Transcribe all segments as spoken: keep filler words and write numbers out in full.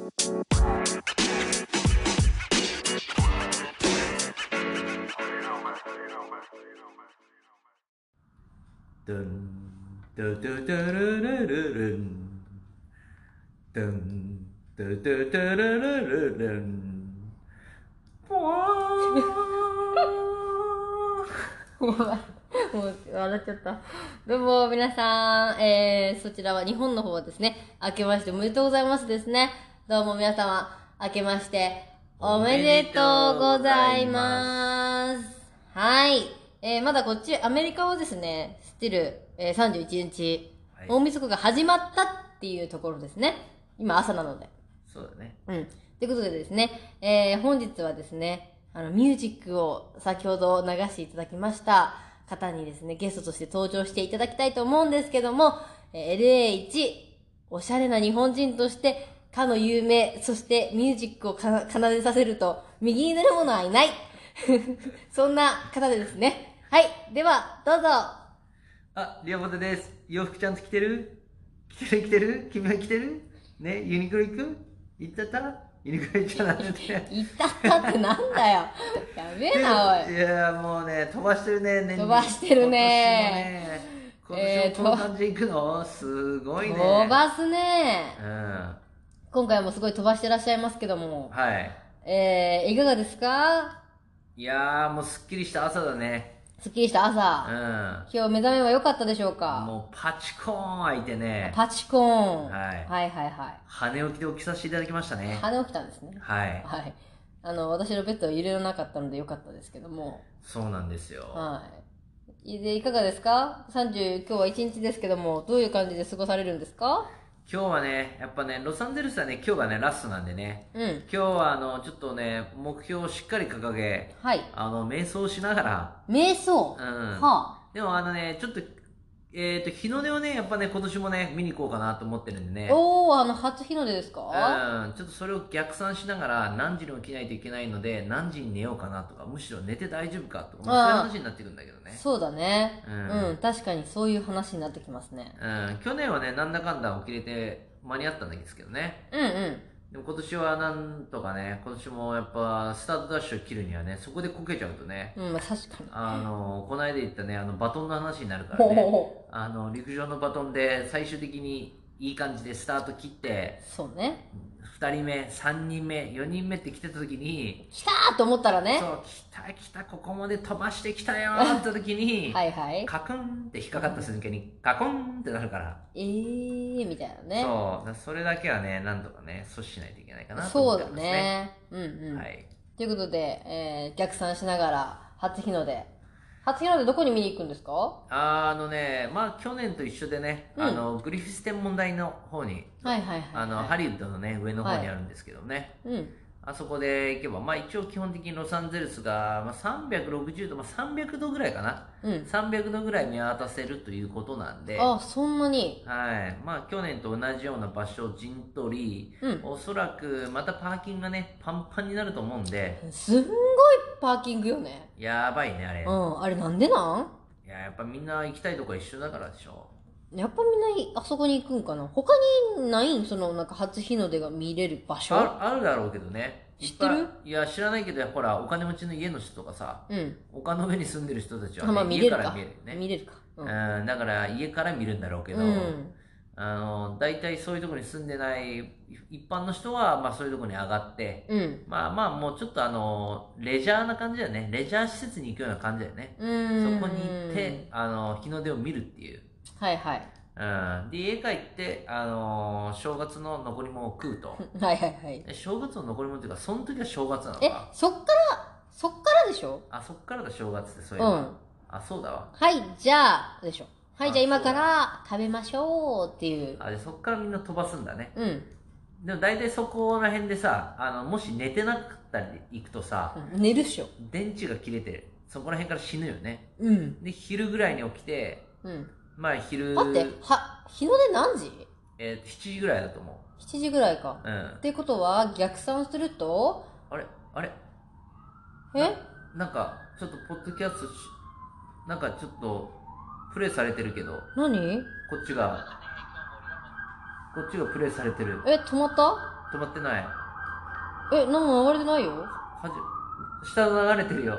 ドゥンドゥドゥドゥルルルルンドゥンドゥドゥドゥルルルルンポワもう笑っちゃった。どうも皆さん、えー、そちらは日本の方ですね。明けましておめでとうございますですね。どうも皆様、明けましておめでとうございます。はい。えー、まだこっち、アメリカはですね、スティル、えー、さんじゅういちにち、はい、大晦日が始まったっていうところですね。今朝なので。 そうだね。 うん。ということでですね、えー、本日はですね、あの、ミュージックを先ほど流していただきました方にですね、ゲストとして登場していただきたいと思うんですけども、エルエー 一、おしゃれな日本人として、かの有名、そしてミュージックをか奏でさせると、右に出る者はいない。そんな方でですね。はい。では、どうぞ。 あ、リオボテです。洋服ちゃんと着てる？着てる着てる？君は着てる？ね、ユニクロ行く？行っちゃった？ユニクロ行っちゃダメで。 行ったったってなんだよ。やべえな、おい。 いや、もうね、飛ばしてるね、年に飛ばしてるね。 今年もこの感じで行くの？すごいね。 飛ばすね。 うん。 今回もすごい飛ばしてらっしゃいますけども。 はい。 えー、いかがですか？ いやー、もうすっきりした朝だね。 すっきりした朝。 うん。 今日目覚めは良かったでしょうか？ もうパチコーン開いてね。 パチコーン。 はい。 はいはいはい。 羽起きで起きさせていただきましたね。 羽起きたんですね。 はい。 はい。あの、私のベッドは揺れのなかったので良かったですけども。 そうなんですよ。 はい。で、いかがですか？ さんじゅう、今日はいちにちですけども、どういう感じで過ごされるんですか？ 今日はね、やっぱね、ロサンゼルスはね、今日がね、ラストなんでね、 うん。 今日はあの、ちょっとね、目標をしっかり掲げ、 はい。 あの、瞑想しながら、 瞑想。 うん。 はあ。 でもあのね、ちょっと、えっ、ー、と、日の出をね、やっぱね、今年もね、見に行こうかなと思ってるんでね。 おー、あの、初日の出ですか？ うん、ちょっとそれを逆算しながら、何時に起きないといけないので、何時に寝ようかなとか、むしろ寝て大丈夫かとか、そういう話になってくるんだけどね。 そうだね。 うん、うん、確かにそういう話になってきますね。 うん、去年はね、なんだかんだ起きれて間に合ったんですけどね。 うんうん。 でも今年はなんとかね、今年もやっぱスタートダッシュを切るにはね、そこでこけちゃうとね、 うん、まあ確かに。 あの、この間言ったね、あの、バトンの話になるからね、あの、陸上のバトンで最終的にいい感じでスタート切って、 そうね。 ふたりめ、さんにんめ、よにんめって来てた時に、 来たーと思ったらね。 そう、来た来た、ここまで飛ばしてきたよーって時に、 はいはい。 カクンって引っかかった瞬間に、カコンってなるから。 えー、みたいなね。 そう、それだけはね、なんとかね、阻止しないといけないかなと思ってますね。 そうだね。うんうん。 はい。 ということで、えー、逆算しながら、初日の出。初日の出どこに見に行くんですか？ あのね、まあ去年と一緒でね、うん、あの、グリフィス天文台の方に、 はいはいはい、はい、 あの、ハリウッドのね、上の方にあるんですけどね。はい、うん。あそこで行けば、まあ一応基本的にロサンゼルスが、まあ、さんびゃくろくじゅうど、まあ、さんびゃくどぐらいかな、うん、さんびゃくどぐらい見渡せるということなんで、 あ、そんなに。 はい。まあ去年と同じような場所を陣取り、うん、おそらくまたパーキングがね、パンパンになると思うんで。 すんごいパーキングよね。 やばいね、あれ。 うん、あれなんでなん？ いや、やっぱみんな行きたいとこ一緒だからでしょ。 やっぱみんなあそこに行くんかな。他にないん？そのなんか初日の出が見れる場所。 あ、あるだろうけどね。 知ってる？ いや、知らないけど、ほら、お金持ちの家の人とかさ、うん、丘の上に住んでる人たちは、ね、 まあ、見れるか家から見えるよね。 見れるか。 うん、うん、だから家から見るんだろうけど、うん、あの、大体そういうところに住んでない一般の人は、まあそういうところに上がって、うん、まあまあもうちょっとあの、レジャーな感じだよね。レジャー施設に行くような感じだよね。うん、そこに行って、あの、日の出を見るっていう。 はいはい。 うん、で家帰って、あのー、正月の残り物を食うと。 はいはいはい。 正月の残り物っていうか、その時は正月なのか。 え、そっから、そっからでしょ？ あ、そっからだ正月ってそういうの。うん。あ、そうだわ。 はい、じゃあ、でしょ。はい、じゃあ今から食べましょうっていう。 あ、で、そっからみんな飛ばすんだね。うん。でも大体そこら辺でさ、あの、もし寝てなかったり行くとさ、 うん、寝るっしょ。 電池が切れて、そこら辺から死ぬよね。 うん。 で、昼ぐらいに起きて、うん。まあ昼。 待って、は、日の出何時？ えー、しちじぐらいだと思う。 しちじぐらいか。 うん。 ってことは、逆算すると、 あれあれえな、なんか、ちょっとポッドキャストし、なんかちょっと、プレイされてるけど。 何？ こっちが、こっちがプレイされてる。 え、止まった？ 止止まってない。 え、何も流れてないよ。 はじ下流れてるよ。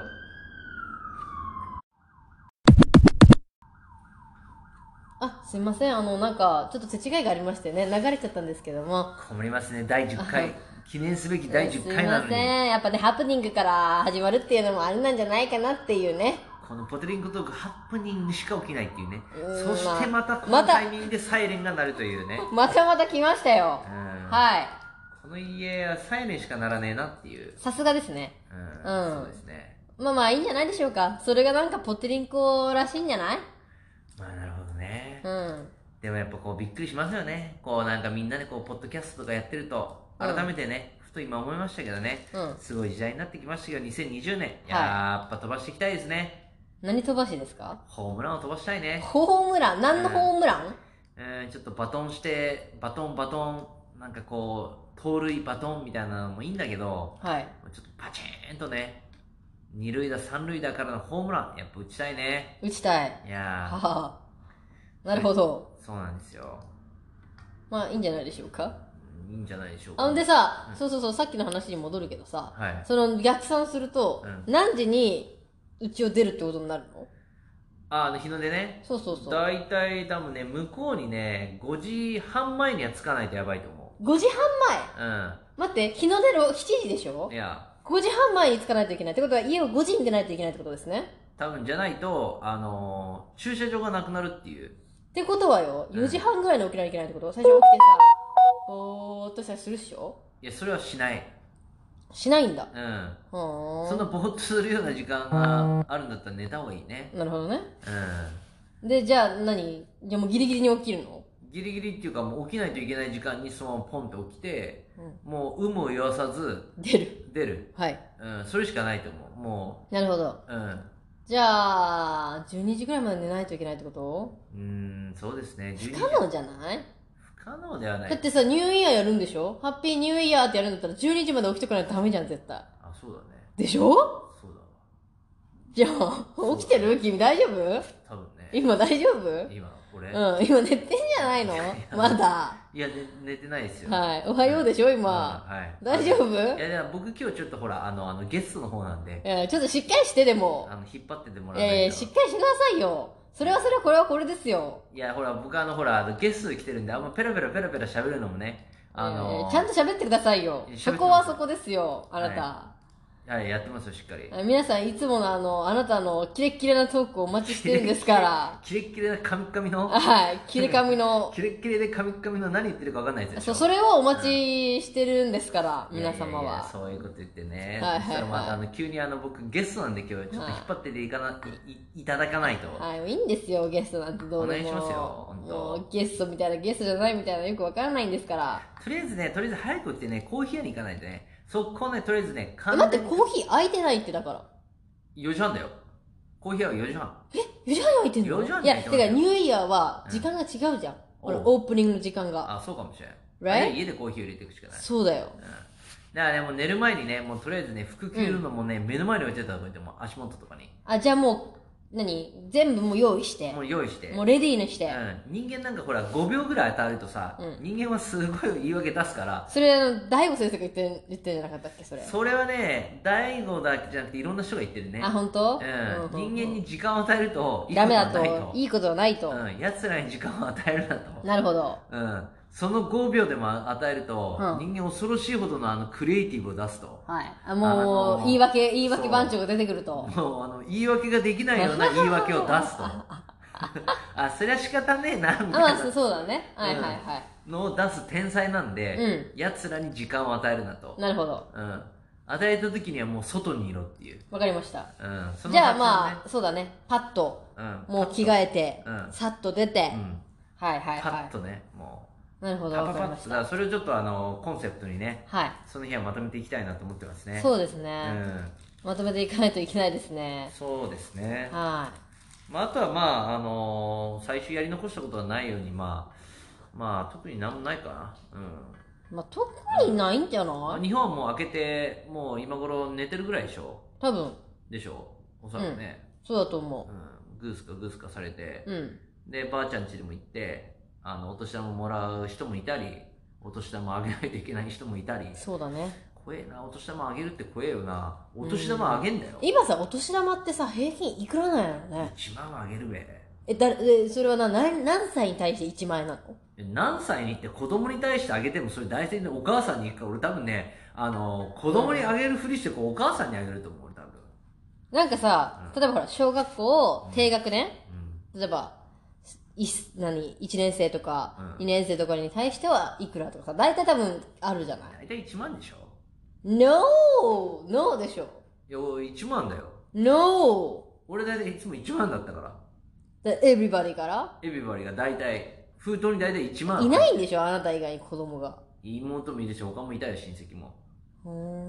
あ、すいません。あの、なんか、ちょっと手違いがありましてね、流れちゃったんですけども。 困りますね、だいじゅっかい。記念すべきだいじゅっかいなのに。 すいません。やっぱね、ハプニングから始まるっていうのもあれなんじゃないかなっていうね。 このポテリングトーク、ハプニングしか起きないっていうね。 うそしてまたこまたのタイミングでサイレンが鳴るというね。 またまた来ましたよ。 うんはい。 この家はサイレンしかならねえなっていう。 さすがですね。 うん。 うんそうですね。 まあまあいいんじゃないでしょうか。それがなんかポテリンコらしいんじゃない？ まあなるほどね。 うん。 でもやっぱこうびっくりしますよね。こうなんかみんなでこうポッドキャストとかやってると、 うん改めてね、ふと今思いましたけどね、 うんすごい時代になってきましたけど、にせんにじゅうねん、 はいやっぱ飛ばしていきたいですね。 何飛ばしですか？ ホームランを飛ばしたいね。 ホームラン？何のホームラン？ うん、ちょっとバトンして、バトンバトン、なんかこう、盗塁バトンみたいなのもいいんだけど、 はい。 ちょっとパチーンとね、二塁打三塁打からのホームラン、やっぱ打ちたいね。 打ちたい。 いやー。 はあ。なるほど。 そうなんですよ。 まあいいんじゃないでしょうか。 いいんじゃないでしょうか。 あんでさ、 うん、 そうそうそう、さっきの話に戻るけどさ、 はい、 その逆算すると、 うん、 何時にうちを出るってことになるの？ ああ、日の出ね。 そうそうそう。 だいたい多分ね、向こうにね、ごじはんまえには着かないとやばいと思う。 ごじはんまえ？ うん。 待って、日の出るしちじでしょ？ いや。 ごじはんまえに着かないといけない。ってことは家をごじに出ないといけないってことですね。 多分じゃないと、あのー、駐車場がなくなるっていう。 ってことはよ、よじはんぐらいに起きないといけないってこと？最初起きてさ、ぼーっとしたりするっしょ？ いや、それはしない。 しないんだ。 うん。 はそんなぼーっとするような時間があるんだったら寝た方がいいね。 なるほどね。 うん。 で、じゃあ何？じゃあもうギリギリに起きるの？ ギリギリっていうか、もう起きないといけない時間にそのままポンって起きて、 うん、 もう有無を言わさず、 出る。 出る。 はい。 うん、それしかないと思う。もう。なるほど。 うん。 じゃあ、じゅうにじぐらいまで寝ないといけないってこと？ うーん、そうですね。 不可能じゃない？ 不可能ではない。 だってさ、ニューイヤーやるんでしょ？ハッピーニューイヤーってやるんだったらじゅうにじまで起きとかないとダメじゃん、絶対。 あ、そうだね。 でしょ？ そうだわ。 じゃあ、起きてる？君大丈夫？ 多分ね。 今大丈夫？ 今、俺うん、今寝てんじゃないの？まだ。 いや、ね、寝てないですよ。 はい。おはようでしょ、今。 はい。 大丈夫？ いや、いや僕今日ちょっとほら、あの、あの、ゲストの方なんで。 いや、ちょっとしっかりしてでも。 あの、引っ張っててもらわないと。 えー、しっかりしてくださいよ。それはそれはこれはこれですよ。 いや、ほら、僕あの、ほら、あのゲストで来てるんで、あんまペラペラペラペラ喋るのもね、あのーえー、ちゃんと喋ってくださいよ。そこはそこですよ、あなた。 はいはい、やってますよ、しっかり。 皆さん、いつものあの、あなたのキレッキレなトークをお待ちしてるんですから。 キレッキレなカミカミのはい、キレカミの。 キレッキレでカミカミの何言ってるか分かんないですよ。 そう、それをお待ちしてるんですから、皆様は。 いやいやいやそういうこと言ってね。 はいはいはい。 そしたらまたあの、急にあの、僕ゲストなんで今日ちょっと引っ張ってていかな、い、い、いただかないと。 はい、いいんですよ、ゲストなんてどうでも。 お願いしますよ、本当。 もうゲストみたいなゲストじゃないみたいなよくわからないんですから。 とりあえずね、とりあえず早く起きてね、コーヒー屋に行かないとね、そこね、とりあえずね、 待って、コーヒー空いてないってだから。 よじはんだよ。コーヒー屋はよじはん。 え ?よじはんに空いてんの？ よじはんいや、てかニューイヤーは時間が違うじゃん。うん、このオープニングの時間が。 あ、そうかもしれない。 Right? 家でコーヒーを入れていくしかない。 そうだよ。 うん。だからね、もう寝る前にね、もうとりあえずね、服着るのもね、うん、目の前に置いてたとこでも足元とかに。 あ、じゃあもう、何全部もう用意して。 もう用意して。 もうレディーにして。 うん。人間なんかほら、ごびょうぐらい当たるとさ、うん、人間はすごい言い訳出すから。 それ、あの、大悟先生が言って言ってんじゃなかったっけ、それ。 それはね、大悟だけじゃなくていろんな人が言ってるね。 あ、本当？ うん。人間に時間を与えると、 ダメだと。いいことはないと。 うん。奴らに時間を与えるなと。 なるほど。 うん。そのごびょうでも与えると、うん、人間恐ろしいほどのあのクリエイティブを出すと。 はい。あもう、あのー、言い訳、言い訳番長が出てくると。 もう、あの、言い訳ができないような言い訳を出すと。あ、そりゃ仕方ねえな、みたいな。 まあ、そうだね。はいはいはい。 のを出す天才なんで、うん、奴らに時間を与えるなと。 なるほど。 うん。与えた時にはもう外にいろっていう。 わかりました。 うん。 その、ね、じゃあまあ、そうだね。パッと、うん、もう着替えて、うん、さっと出て、うん、はいはいはい。 パッとね、もう。 なるほど、 パパパッとだそれをちょっとあのコンセプトにね、 はい、 その日はまとめていきたいなと思ってますね。 そうですね、うん、まとめていかないといけないですね。 そうですね。 はい、 まあ、あとはまああのー、最終やり残したことはないようにまあまあ特になんもないかな。 うん。まあ特にないんじゃない？ うん、日本はもう開けてもう今頃寝てるぐらいでしょ。 多分。 でしょ。おそらくね、 うん。そうだと思う。 うん。グースかグースかされて、 うん。 でばあちゃん家でも行って。あのお年玉もらう人もいたり、 お年玉あげないといけない人もいたり。 そうだね。 怖えな、お年玉あげるって怖えよな。お年玉あげんだよ。 今さ、お年玉ってさ、平均いくらなんやろね。 いちまんはあげるべ。 え、だえそれはな、何何歳に対していちまん円なの？ 何歳にって子供に対してあげてもそれ大体ねお母さんに行くから俺多分ねあの子供にあげるふりしてこうお母さんにあげると思う俺多分。 なんかさ、例えばほら小学校低学年、 うん、 例えばい何いちねん生とかうん、 にねん生とかに対してはいくらとかさ、大体多分あるじゃない。 大体いちまんでしょ。 No! No でしょ。 いやいちまんだよ。 No! 俺大体いつもいちまんだったから。 The everybody からエビバリが大体封筒に大体いちまんいないんでしょ、あなた以外に子供が。 妹もいるし他もいたよ親戚も。 うーん、 うん、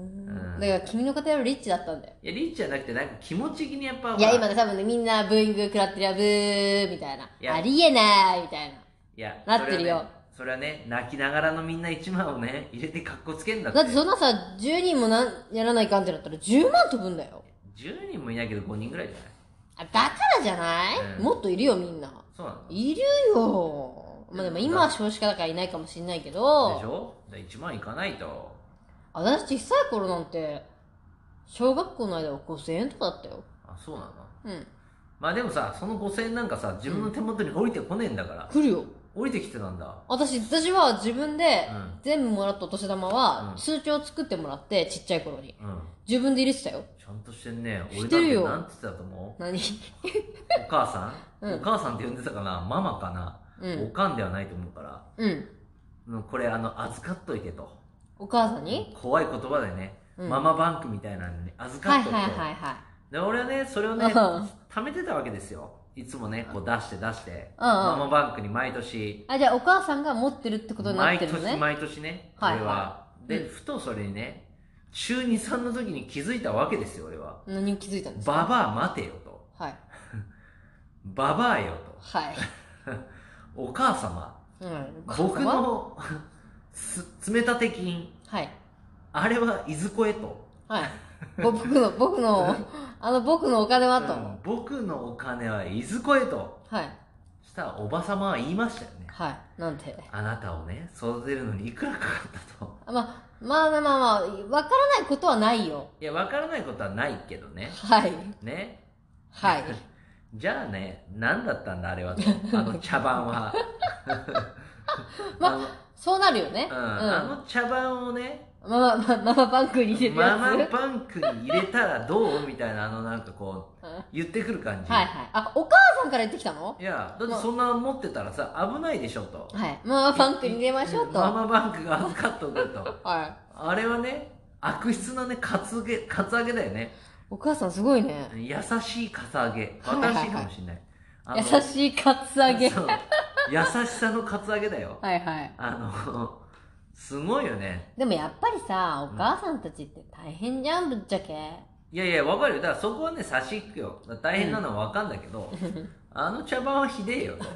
だから君の家庭はリッチだったんだよ。 いやリッチじゃなくてなんか気持ち的にやっぱいや今ね多分ねみんなブーイング食らってるよ、ブーみたいな、ありえないみたいな、 いやなってるよ。 それはね、それはね泣きながらのみんないちまんをね入れてカッコつけんだって。 だってそんなさじゅうにんもなやらないかんってなったらじゅうまん飛ぶんだよ。 じゅうにんもいないけどごにんぐらいじゃない。 あ、だからじゃない、うん、もっといるよみんな。 そうなの？ いるよ。まあでも今は少子化だからいないかもしれないけど。 でしょ？いちまんいかないと。 私小さい頃なんて小学校の間はごせんえんとかだったよ。 あ、そうなの？ うん。 まあでもさ、そのごせんえんなんかさ自分の手元に降りてこねえんだから、 うん、来るよ。 降りてきてたんだ。 私私は自分で全部もらったお年玉は通帳作ってもらってちっちゃい頃に、うん、自分で入れてたよ。 ちゃんとしてんね。 俺だってなんて言ってたと思う？何？お母さん、うん、お母さんって呼んでたかな、ママかな、うん、おかんではないと思うから、うん、これあの預かっといてと。 お母さんに怖い言葉でね、うん、ママバンクみたいなのに預かっとくと。はいはいはいはい。で俺はねそれをね貯めてたわけですよ。いつもねこう出して出して、うんうん、ママバンクに毎年。 あ、じゃあお母さんが持ってるってことになってるのね。 毎年毎年ね、はいはい、俺はで、うん、ふとそれにね中に、さんの時に気づいたわけですよ俺は。 何に気づいたんですか？ ババア待てよと。はい。ババアよと。はい。お母様、うん、僕の積立金、はい、あれはいずこへと。はい。 僕の僕のあの僕のお金はと、うん、 僕のお金はいずこへと。はい。したらおばさまは言いましたよね。 はい。なんて。 あなたをね育てるのにいくらかかったと。 まあまあまあまあまあ分からないことはないよ。 いや分からないことはないけどね。 はいね。 はい。 じゃあね何だったんだあれはと。あの茶番は。 まあそうなるよね。 うん。あの茶番をねママ、ママバンクに入れるやつ。 ママバンクに入れたらどうみたいな、あのなんかこう言ってくる感じ。 はいはい。あ、お母さんから言ってきたの？ いやだってそんな持ってたらさ危ないでしょと。 はい。ママバンクに入れましょうと。 ママバンクが預かっとくと。はい。あれはね悪質なねカツげカツアゲだよね。 お母さんすごいね。 優しいカツアゲ。私かもしれない。 優しいカツアゲ。 優しさのカツアゲだよ。 はいはい。 あのすごいよね。 でもやっぱりさ、お母さんたちって大変じゃん、ぶっちゃけ。 いやいや、わかるよ。だからそこはね、差し引くよ。大変なのはわかんだけど、うん、あの茶番はひでえよと。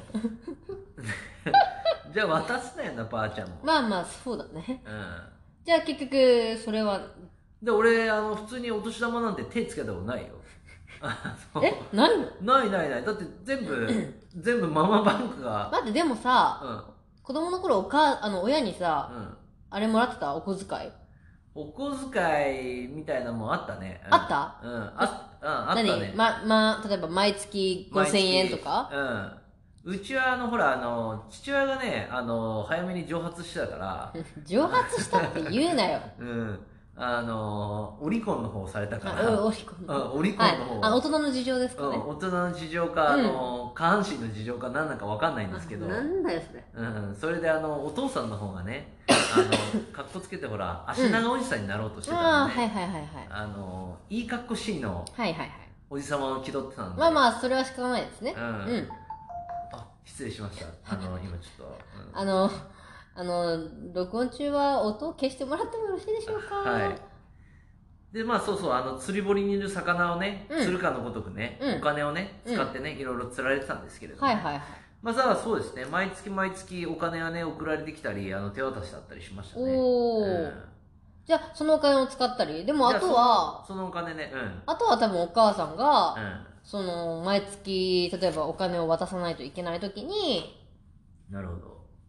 じゃあ渡すなよな、ばあちゃんも。 まあまあ、そうだね。うん。じゃあ結局、それは。 で、俺、あの、普通にお年玉なんて手つけたことないよ。 え、ないの？ ないないない。だって全部、全部ママバンクが。 待って、でもさ、うん子供の頃おかあの親にさ、うん、あれもらってたお小遣い。 お小遣いみたいなもんあったね。 うん、あった？ うん、あ、うん、あったね。 ま、ま、例えば毎月ごせんえんとか？ うん。うちはあのほらあの父親がねあの早めに蒸発してたから。 蒸発したって言うなよ。 うん。あのオリコンの方されたから。 オリコンの。 オリコンの方。 はい、あ、大人の事情ですかね。 うん、大人の事情か、あの、下半身の事情か何なのかわかんないんですけど。 なんだよそれ。 うん、それであのお父さんの方がね、あの格好つけてほら足長おじさんになろうとしてたんで、 はいはいはいはい。 あのいい格好しいの。はいはいはい。おじさまを気取ってたんで。 まあまあそれは仕方ないですね。うん。うん、 あ、失礼しました。あの今ちょっと。 うん、あのあの録音中は音を消してもらってもよろしいでしょうか。はい。 でまあそうそうあの釣り堀にいる魚をね、うん、釣るかのごとくね、うん、お金をね使ってね、うん、いろいろ釣られてたんですけれども、ね、はいはいはい。まあさあそうですね毎月毎月お金はね送られてきたりあの手渡しだったりしましたね。おお、うん、 じゃあそのお金を使ったりでもあとはそのお金ね、うん、 あとは多分お母さんが、うん、その毎月例えばお金を渡さないといけない時になるほど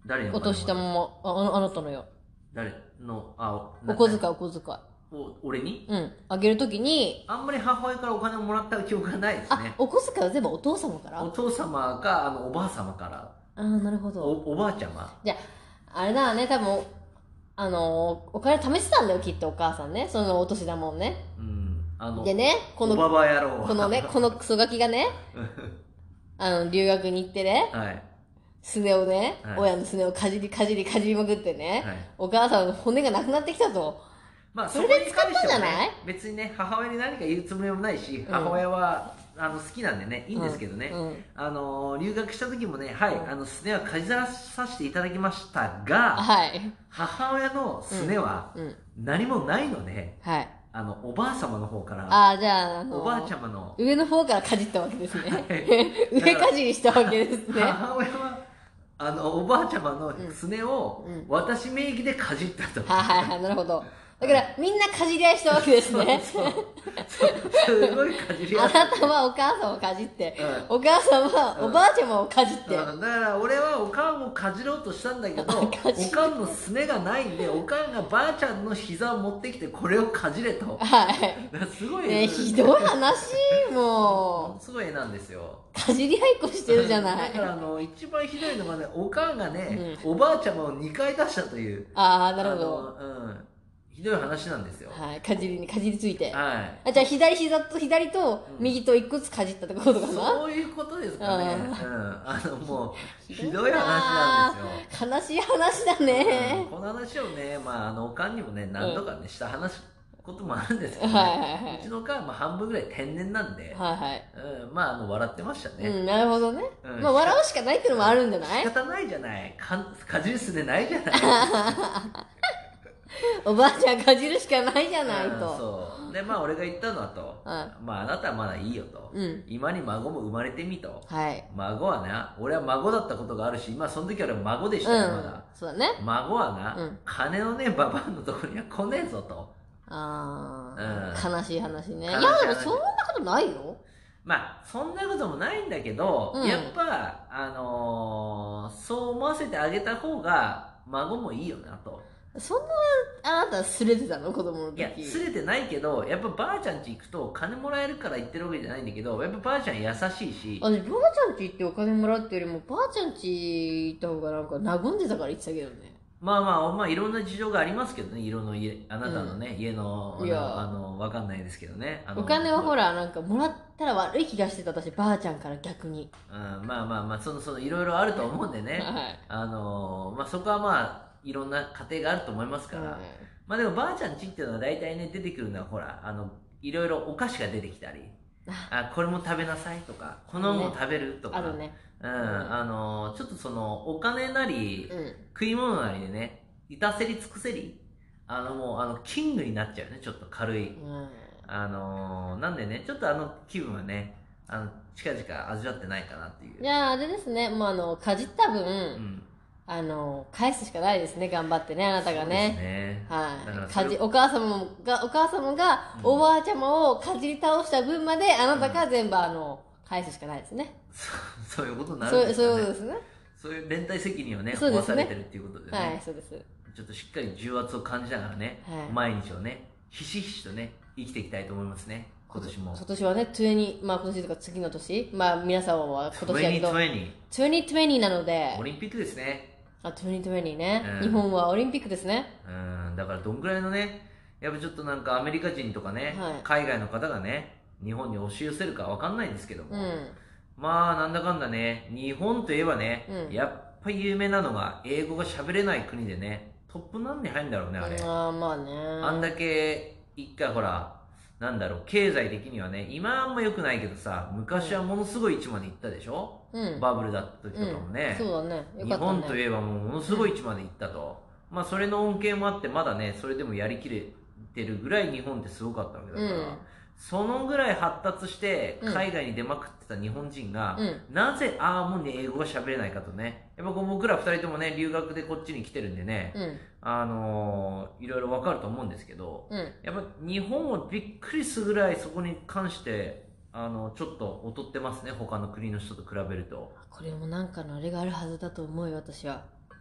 誰にお年玉も、あ、あなたのよ。 誰の、あ、 お小遣い、お小遣い。 お俺にうん。あげるときに、 あんまり母親からお金をもらった記憶がないですね。 あ、お小遣いは全部お父様から？ お父様か、あの、おばあ様から。 ああ、なるほど。 お、おばあちゃま。 じゃあ、あれだね、多分、あの、お金貯めてたんだよ、きっとお母さんね。そのお年玉をね。 うん。あの、 でね、この、 おばば野郎。 このね、このクソガキがね、あの、留学に行ってね、 はい。 すねをね、 はい、 親のすねをかじりかじりかじりまくってね、 はい、 お母さんの骨がなくなってきたと。 まあ、 それで使ったんじゃない？ 別にね、母親に何か言うつもりもないし、うん、母親はあの好きなんでね、いいんですけどね、うんうん、あの留学した時もね、はい、うん、あのすねはかじらさせていただきましたが、はい、母親のすねは何もないので、はい、あのおばあ様の方から、 あ、じゃあ、あのー、 おばあちゃまの上の方からかじったわけですね。上かじりしたわけですね。 母親はあのおばあちゃまのすねを私名義でかじったと。 はいはいはい、なるほど。だからみんなかじり合いしたわけですね。 そうそうそうすごいかじり合い。 あなたはお母さんをかじって、うん、お母さんはおばあちゃまをかじって、 うんうん、だから俺はおかんをかじろうとしたんだけど、おかんのすねがないんで、おかんがばあちゃんの膝を持ってきてこれをかじれと。はい。すごいね、ひどい話。もうすごい絵なんですよ。 かじり合いっこしてるじゃない。 だからあの一番ひどいのがね、おかんがね、うん、おばあちゃまをにかい出したという。 ああ、なるほど。 うん。ひどい話なんですよ。 はい、かじりにかじりついて。 はい。 あ、じゃあ左膝と左と右と一個ずつかじったってことかな。 そういうことですかね。うん。あのもうひどい話なんですよ。悲しい話だね。 うん、この話をね、まああのおかんにもね何度かねした話こともあるんですけど、ね、はいはいはい、うちのおかんはまあ半分ぐらい天然なんで、はいはい。うん、まああの笑ってましたね。 うん、なるほどね。うん、まあ笑うしかないっていうのもあるんじゃない？ 仕方ないじゃない。かかじりすでないじゃない。 おばあちゃんかじるしかないじゃないと。うん、 そうでまあ俺が言ったのはと、うん、まああなたはまだいいよと、うん、今に孫も生まれてみと、はい、孫はな、俺は孫だったことがあるし、まあその時は俺孫でしたよ、うん、まだ。 そうだね。 孫はな、うん、金のねババアのところには来ねえぞと。 ああ、うん、悲しい話ね。いやでもそんなことないよ。 まあそんなこともないんだけど、うん、やっぱあのー、そう思わせてあげた方が孫もいいよなと。 そんなあなたすれてたの子供の時？ いやすれてないけど、やっぱばあちゃん家行くと金もらえるから行ってるわけじゃないんだけど、やっぱばあちゃん優しいし。 あ、ばあちゃん家行ってお金もらうってよりもばあちゃん家行った方がなんか和んでたから言ってたけどね。 まあまあまあいろんな事情がありますけどね、色の家、あなたのね、うん、家のあのあのわかんないですけどね。あのお金はほらなんかもらったら悪い気がしてた私、ばあちゃんから逆に。 うん、まあまあまあそのそのいろいろあると思うんでね。はい、あのまあそこはまあいろんな家庭があると思いますから、うん、まあでもばあちゃん家っていうのは大体ね出てくるのはほらあのいろいろお菓子が出てきたり、あこれも食べなさいとか、このもの食べるとか、あるね。うん、あのちょっとそのお金なり、うん、食い物なりでね。いたせり尽くせり、あのもうあのキングになっちゃうね、ちょっと軽い、うん、あのー、なんでねちょっとあの気分はねあの近々味わってないかなっていう。 いやあれですね、もうあのかじった分、うん、あの返すしかないですね、頑張ってね、あなたがね。そうですね、はい、かじお母様がお母様がおばあちゃまをかじり倒した分まであなたが全部あの返すしかないですね。 そ, そういうことになるんですかね。 そういうことですね。 そういう連帯責任をね負わされてるっていうことでね。 はい、そうです。 ちょっとしっかり重圧を感じながらね、はい、毎日をねひしひしとね生きていきたいと思いますね、今年も。 今年はねにじゅう、まあ今年とか次の年、まあ皆さんは今年やけどにじゅうにじゅうなのでオリンピックですね。 あ、にじゅうにね、うん、日本はオリンピックですね。 うん、だからどんぐらいのねやっぱちょっとなんかアメリカ人とかね、はい、海外の方がね日本に押し寄せるかわかんないんですけども、うん、まあなんだかんだね日本といえばね、うん、やっぱり有名なのが英語が喋れない国でねトップ何に入るんだろうね、あれ。 ああ、まあね。 あんだけ、一回ほら、なんだろう、経済的にはね、今あんま良くないけどさ、昔はものすごい位置まで行ったでしょ、うん、バブルだった時とかもね。 うん、そうだね。よかったね。 日本といえばもうものすごい位置まで行ったと。うん、まあそれの恩恵もあって、まだね、それでもやりきれてるぐらい日本ってすごかったわけだから。うん、そのぐらい発達して海外に出まくってた日本人が、うん、なぜああもうね英語が喋れないかとね、やっぱこう僕らふたりともね留学でこっちに来てるんでね、うん、あのー、いろいろわかると思うんですけど、うん、やっぱ日本をびっくりするぐらいそこに関してあのちょっと劣ってますね、他の国の人と比べると。 これもなんかのあれがあるはずだと思うよ、私は。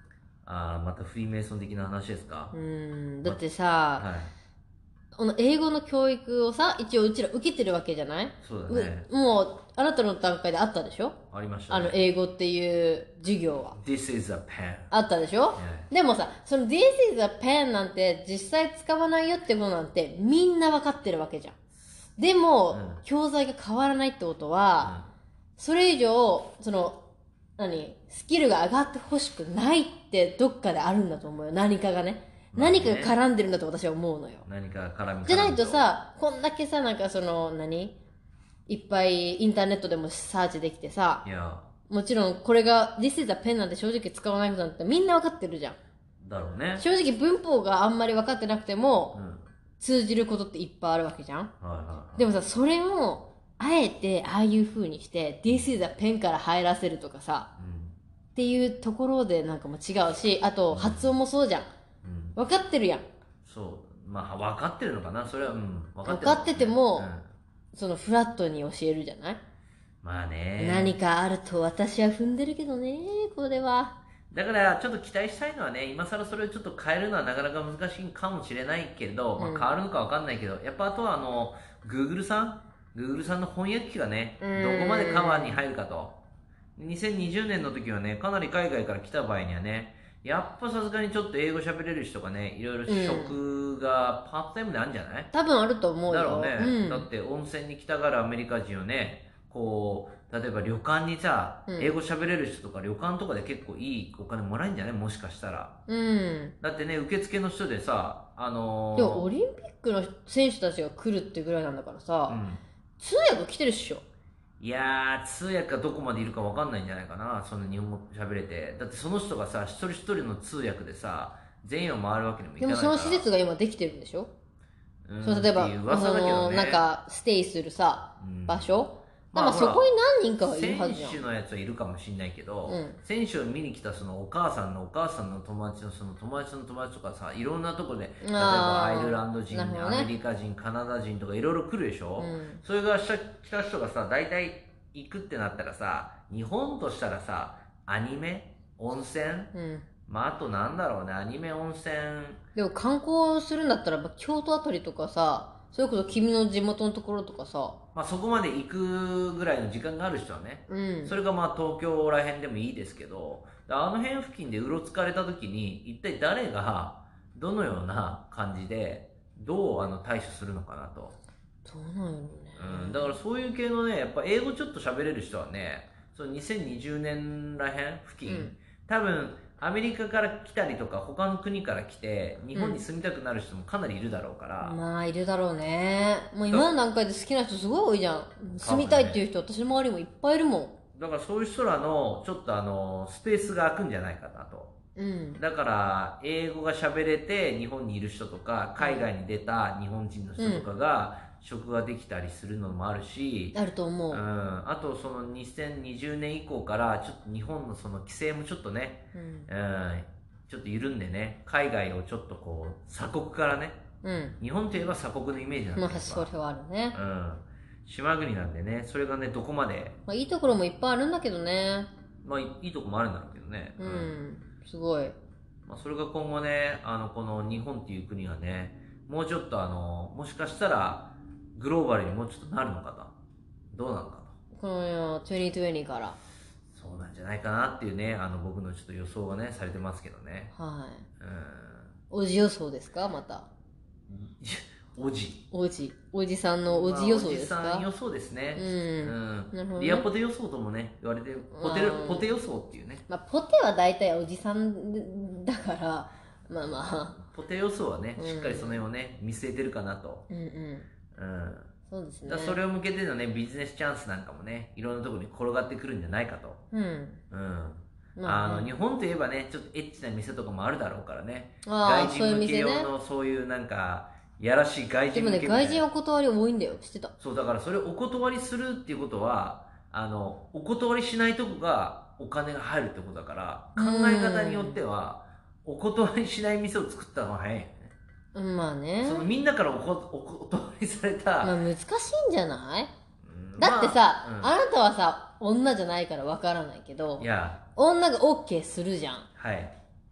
ああ、またフリーメイソン的な話ですか。 うん、だってさ、 はい、 この英語の教育をさ、一応うちら受けてるわけじゃない？ そうだね。 もう、あなたの段階であったでしょ？ ありましたね。 あの、英語っていう授業は。 This is a pen. あったでしょ？ Yeah. でもさ、その This is a pen なんて実際使わないよってことなんてみんなわかってるわけじゃん。でも、うん、教材が変わらないってことは、うん、それ以上、その、何スキルが上がってほしくないってどっかであるんだと思うよ。何かがね。まあね、何かが絡んでるんだと私は思うのよ。 何かが絡みじゃないとさ、こんだけさ、なんかその、何いっぱいインターネットでもサーチできてさ、 いやもちろんこれが This is a pen なんて正直使わないことなんてみんな分かってるじゃん。 だろうね。 正直文法があんまり分かってなくても、うん、通じることっていっぱいあるわけじゃん。はいはいはい、でもさ、それをあえてああいう風にして This is a pen から入らせるとかさ、うん、っていうところでなんかも違うし、あと発音もそうじゃん。うん、分かってるやん。 そう。まあ分かってるのかな、それは、うん、 分かってる、ね、分かってても、うん、そのフラットに教えるじゃない。 まあね。 何かあると私は踏んでるけどね、これは。 だからちょっと期待したいのはね、今更それをちょっと変えるのはなかなか難しいかもしれないけど、まあ、変わるのか分かんないけど、やっぱあとはあの Google さん Google さんの翻訳機がね、どこまでカバーに入るかと。にせんにじゅうねんの時はね、かなり海外から来た場合にはね、やっぱさすがにちょっと英語喋れる人がね、いろいろ職がパートタイムであるんじゃない？ 多分あると思うよ。 だろうね、うん、だって温泉に来たがるアメリカ人をね、こう例えば旅館にさ、うん、英語喋れる人とか旅館とかで結構いいお金もらえるんじゃない？もしかしたら、うん、だってね、受付の人でさ、あのー、 でもオリンピックの選手たちが来るってぐらいなんだからさ、うん、通訳来てるっしょ。 いやー、通訳がどこまでいるか分かんないんじゃないかな、その日本語喋れて。だってその人がさ、一人一人の通訳でさ、全員を回るわけにもいかないから。 でもその施設が今できてるんでしょ？うん、その例えば、その、なんか、ステイするさ、うん、場所だからそこに何人かはいるはずじゃん。 選手のやつはいるかもしれないけど、うん、選手を見に来たそのお母さんのお母さんの友達のその友達の友達とかさ、いろんなところで、例えばアイルランド人、ね、アメリカ人、カナダ人とかいろいろ来るでしょ、うん、それが来た人がさ、大体行くってなったらさ、日本としたらさ、アニメ、温泉、うん、まああとなんだろうね、アニメ、温泉。 でも観光するんだったら、京都あたりとかさ、それこそ君の地元のところとかさ、 まあ、そこまで行くぐらいの時間がある人はね、うん、それがまあ東京ら辺でもいいですけど、あの辺付近でうろつかれた時に一体誰がどのような感じでどうあの対処するのかなと。 どうなんやろうね、 うん、だからそういう系のね、やっぱ英語ちょっと喋れる人はね、そのにせんにじゅうねんらへん付近、うん、多分アメリカから来たりとか他の国から来て日本に住みたくなる人もかなりいるだろうから、 うん、まあいるだろうね。もう今の段階で好きな人すごい多いじゃん。住みたいっていう人、私の周りもいっぱいいるもん。 だからそういう人らのちょっとあのスペースが空くんじゃないかなと、うん、だから英語が喋れて日本にいる人とか海外に出た日本人の人とかが、うん職ができたりするのもあるし、 あると思う、うん、 あとそのにせんにじゅうねん以降からちょっと日本のその規制もちょっとね、うんうん、ちょっと緩んでね、海外をちょっとこう鎖国からね、うん、日本といえば鎖国のイメージなんですよ、まあ、それはあるね、 うん、島国なんでね、それがねどこまで、 まあ、いいところもいっぱいあるんだけどね、 まあいいところもあるんだろうけどね、 うん、うん、すごい、 まあ、それが今後ね、あのこの日本っていう国がね、もうちょっとあのもしかしたらグローバルにもうちょっとなるのかな、どうなのかと、このにせんにじゅうからそうなんじゃないかなっていうね、あの僕のちょっと予想がねされてますけどね。 はい、うん、おじ予想ですか？またおじおじおじさんのおじ予想ですか？ まあ、おじさん予想ですね、うん、うん、なるほどね、リアポテ予想ともね言われて、ポテ、ポテ予想っていうね、 まあ、ポテは大体おじさんだから、まあまあポテ予想はね、しっかりその辺をね見据えてるかなと、うんうん、うん、 そうですね、 だそれを向けてのねビジネスチャンスなんかもねいろんなところに転がってくるんじゃないかと、うん、うん、まあね、あの日本といえばねちょっとエッチな店とかもあるだろうからね、外人向け用のそういうなんかやらしい外人向けみたいな、 でもね外人お断り多いんだよ、知ってた？ そうだからそれをお断りするっていうことはあのお断りしないとこがお金が入るってことだから、考え方によってはお断りしない店を作った方が早いよね。 まあね、 そのみんなからおこお断りされた、 まあ難しいんじゃない？うん、だってさ、まあうん、あなたはさ女じゃないからわからないけど、いや女が OK するじゃん。 はい。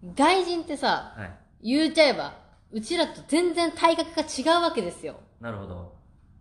外人ってさ、 はい、 言うちゃえば、うちらと全然体格が違うわけですよ。 なるほど。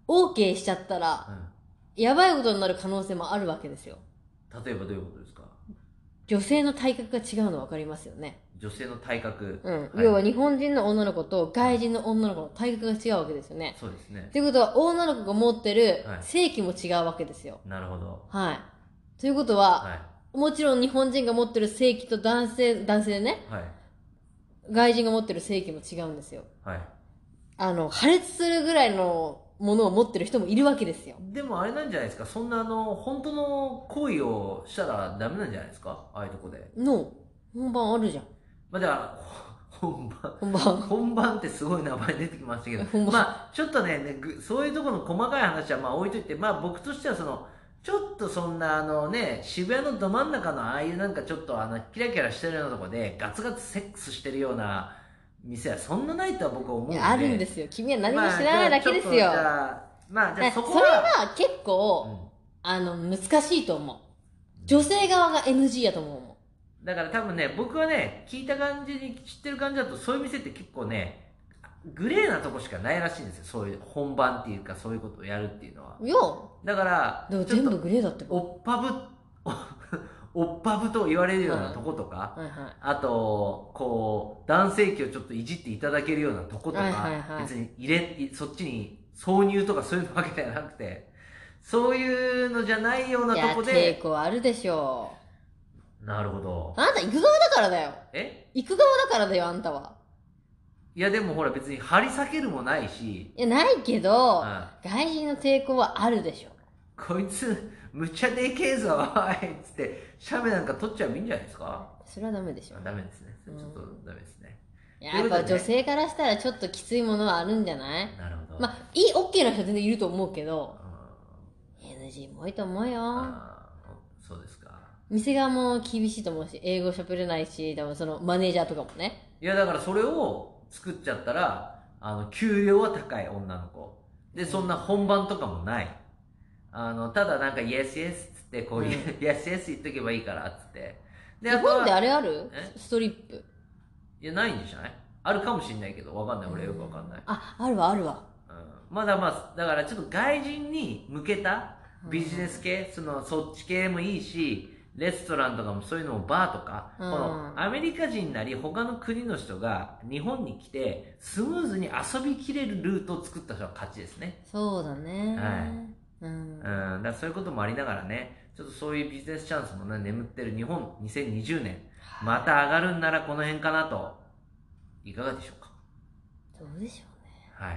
OK しちゃったら、うん、やばいことになる可能性もあるわけですよ。 例えばどういうことですか？ 女性の体格が違うの分かりますよね。 女性の体格。 うん。はい、要は日本人の女の子と外人の女の子の体格が違うわけですよね。 そうですね。 ということは、女の子が持ってる性器も違うわけですよ。 はい、なるほど。 はい。ということは、 はい、 もちろん日本人が持ってる性器と男性、男性でね、はい、外人が持ってる性器も違うんですよ。はい。あの、破裂するぐらいのものを持ってる人もいるわけですよ。 でもあれなんじゃないですか、そんなあの、本当の行為をしたらダメなんじゃないですか、ああいうとこで。 の、本番あるじゃん。 まあ、だから、本番。 本番。 本番ってすごい名前出てきましたけど、まあ、ちょっとね、ねそういうところの細かい話はまあ置いといて、まあ僕としてはその、ちょっとそんなあのね、渋谷のど真ん中のああいうなんかちょっとあの、キラキラしてるようなところで、ガツガツセックスしてるような店はそんなないとは僕は思うんで。 いや、あるんですよ。君は何も知らないだけですよ。 まあ、じゃあそこは。 それは結構、うん、あの、難しいと思う。女性側が エヌジー やと思う。 だから多分ね、僕はね、聞いた感じに知ってる感じだと、そういう店って結構ね、グレーなとこしかないらしいんですよ。そういう本番っていうか、そういうことをやるっていうのは。 いや。 だから、 でも全部グレーだってば。 おっぱぶ、おっぱぶと言われるようなとことか、はいはいはい、あと、こう、男性器をちょっといじっていただけるようなとことか、はいはいはい、別に入れ、そっちに挿入とかそういうわけではなくて、そういうのじゃないようなとこで。 いや、抵抗あるでしょう。なるほど。 あんた行く側だからだよ。 え？ 行く側だからだよ、あんたは。 いやでもほら別に張り裂けるもないし。 いや、ないけど、うん、外人の抵抗はあるでしょ。 こいつ、むっちゃでけえぞ、おいっつって、シャメなんか取っちゃえばいいんじゃないですか？ それはダメでしょ。 ダメですね。ちょっとダメですね。 うん、やっぱ女性からしたらちょっときついものはあるんじゃない？ なるほど。 まあ、いい、OK な人全然いると思うけど、エヌジー も多いと思うよ。 あそうですか。 店側も厳しいと思うし、英語喋れないし、多分そのマネージャーとかもね。 いやだからそれを作っちゃったら、あの、給料は高い女の子。で、そんな本番とかもない。あの、ただなんか、イエスイエスっつって、こういう、イエスイエス言っとけばいいからっつって。 で、日本であれある？ストリップ。 いや、ないんじゃない？あるかもしんないけど、わかんない。俺よくわかんない。 あ、あるわ、あるわ。 うん。まだまあ、だからちょっと外人に向けたビジネス系、その、そっち系もいいし、レストランとかもそういうのもバーとか、このアメリカ人なり他の国の人が日本に来てスムーズに遊びきれるルートを作った人が勝ちですね。 そうだね。 はい。うん。だからそういうこともありながらね、ちょっとそういうビジネスチャンスもね、眠ってる日本にせんにじゅうねん、また上がるんならこの辺かなと。いかがでしょうか？ どうでしょうね。 はい。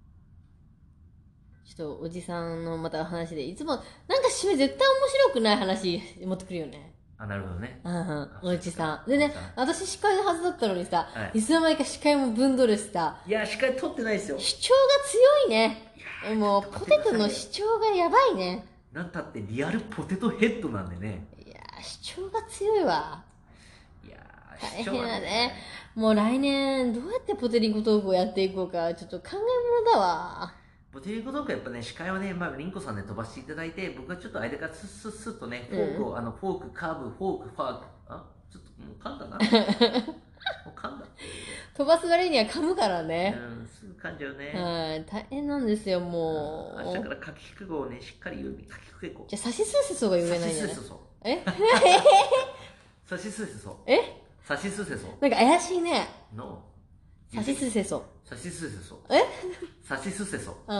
ちょっとおじさんのまた話で、いつもなんか締め絶対面白くない話持ってくるよね。 あ、なるほどね。 うんうん、おじさん。でね、私司会のはずだったのにさ、はい、いつの間にか司会も分取るしさ。 いや、司会取ってないですよ。 主張が強いね。もう、ポテトの主張がやばいね。 なんたってリアルポテトヘッドなんでね。 いや主張が強いわ。 いや大変だね。もう来年、どうやってポテリンコトークをやっていこうか、ちょっと考え物だわ。 ポテリンコトークやっぱね、司会はね、まあ、リンコさんで飛ばしていただいて、僕はちょっと間からスッスッスッとね、フォークを、うん、あの、フォーク、カーブ、フォーク、ファーク、あちょっと、もう噛んだな。もう噛んだ。 飛ばす割には噛むからね。 うん、すぐ噛んじゃうね。 はい、大変なんですよ、もう。 明日から書きく語をね、しっかり言うに書きくけこ。 じゃあ、さしすせそが言えないんじゃない？ さしすせそ。 えさしすせそ。 えさしすせそ。 なんか怪しいね。 の。 さしすせそ。 さしすせそ。 えさしすせそ。 うん。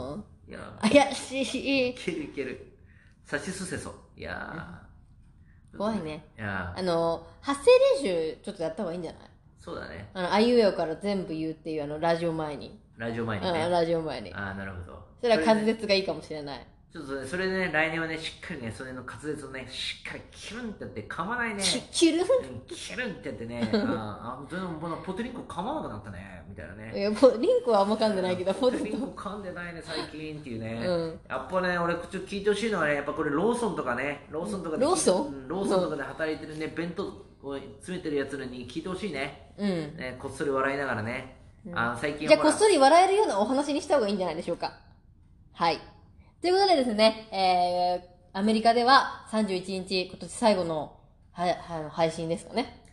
うん、 いや怪しい。 いけるいける。さしすせそ。いやー。怖いね。 いやあの、発声練習ちょっとやった方がいいんじゃない？ そうだね。 あの、あいうえおから全部言うっていう、あの、ラジオ前に。 ラジオ前にね。 うん、ラジオ前に。 ああ、なるほど。 それは滑舌がいいかもしれない。 ちょっとね、それでね、来年はね、しっかりね、それの滑舌をね、しっかりキュンってやって、噛まないね。 キュルンキュルンってやってね、ああ、でもこのポテリンコ噛まなくなったね、みたいなね。 いや、リンコはあんま噛んでないけど、 ポテリンコ噛んでないね、最近っていうね。うん、やっぱね、俺、ちょっと聞いてほしいのはね、やっぱこれローソンとかね、ローソンとかで、 ローソン、 うん、ローソンとかで働いてるね、弁当を詰めてるやつらに聞いてほしいね。うん。ね、こっそり笑いながらね。うん、あ最近じゃあ、こっそり笑えるようなお話にした方がいいんじゃないでしょうか。はい。ということでですね、えー、アメリカではさんじゅういちにち、今年最後のはは配信ですかね。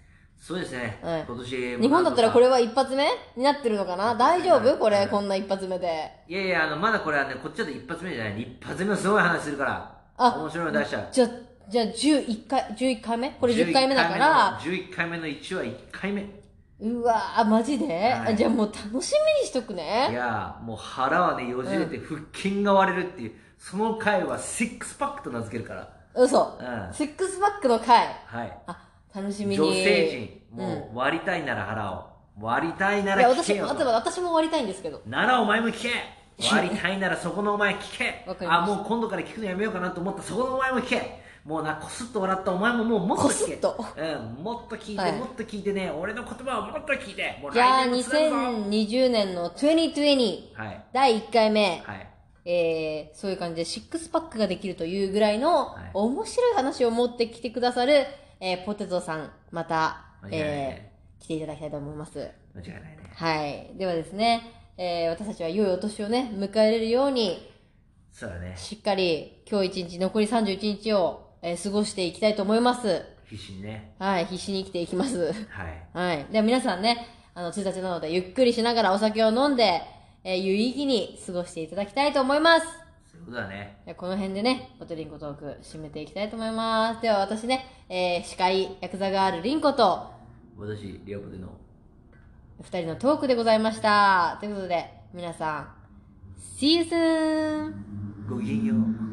そうですね、 はい、 今年日本だったらこれは一発目になってるのかな。大丈夫これ、こんな一発目で。 いやいや、あのまだこれはね、こっちだと一発目じゃない、一発目のすごい話するから、あ、面白いの出しちゃう。 じゃじゃあじゅういっかい、じゅういっかいめ、これじゅっかいめだからじゅういっかいめのいちはいっかいめ。 うわー、マジで、はい、じゃあもう楽しみにしとくね。 いやもう腹はねよじれて腹筋が割れるっていう、うん、その回はシックスパックと名付けるから。 嘘、うん、シックスパックの回。 はい。 あ、楽しみに。 女性陣、もう割りたいなら腹を、割りたいなら聞けよ。いや、 私、私も割りたいんですけど。 ならお前も聞け。割りたいならそこのお前聞け。あ、もう今度から聞くのやめようかなと思ったそこのお前も聞け。もうな、こすっと笑ったお前ももうもっと聞け。うん、もっと聞いて、はい、もっと聞いてね、俺の言葉をもっと聞いて。もうじゃあ、にせんにじゅうねんのにせんにじゅう、はい、だいいっかいめ。はい、えー、そういう感じでシックスパックができるというぐらいの面白い話を持ってきてくださる、えー、ポテトさん、また、えー、来ていただきたいと思います。 間違いないね。 はい。ではですね、えー、私たちは良いお年をね、迎えれるように、 そうだね。 しっかり今日一日、残りさんじゅういちにちを、えー、過ごしていきたいと思います。 必死にね。 はい、必死に生きていきます。 はい。 はい。では皆さんね、あの、ついたちなのでゆっくりしながらお酒を飲んで、えー、有意義に過ごしていただきたいと思います。 そういうことだね。 この辺でね、ホテリンコトーク締めていきたいと思います。では私ね、えー、司会、ヤクザガールリンコと、 私、リアポテの二人のトークでございました。ということで、皆さん、See you soon! ごきげんよう。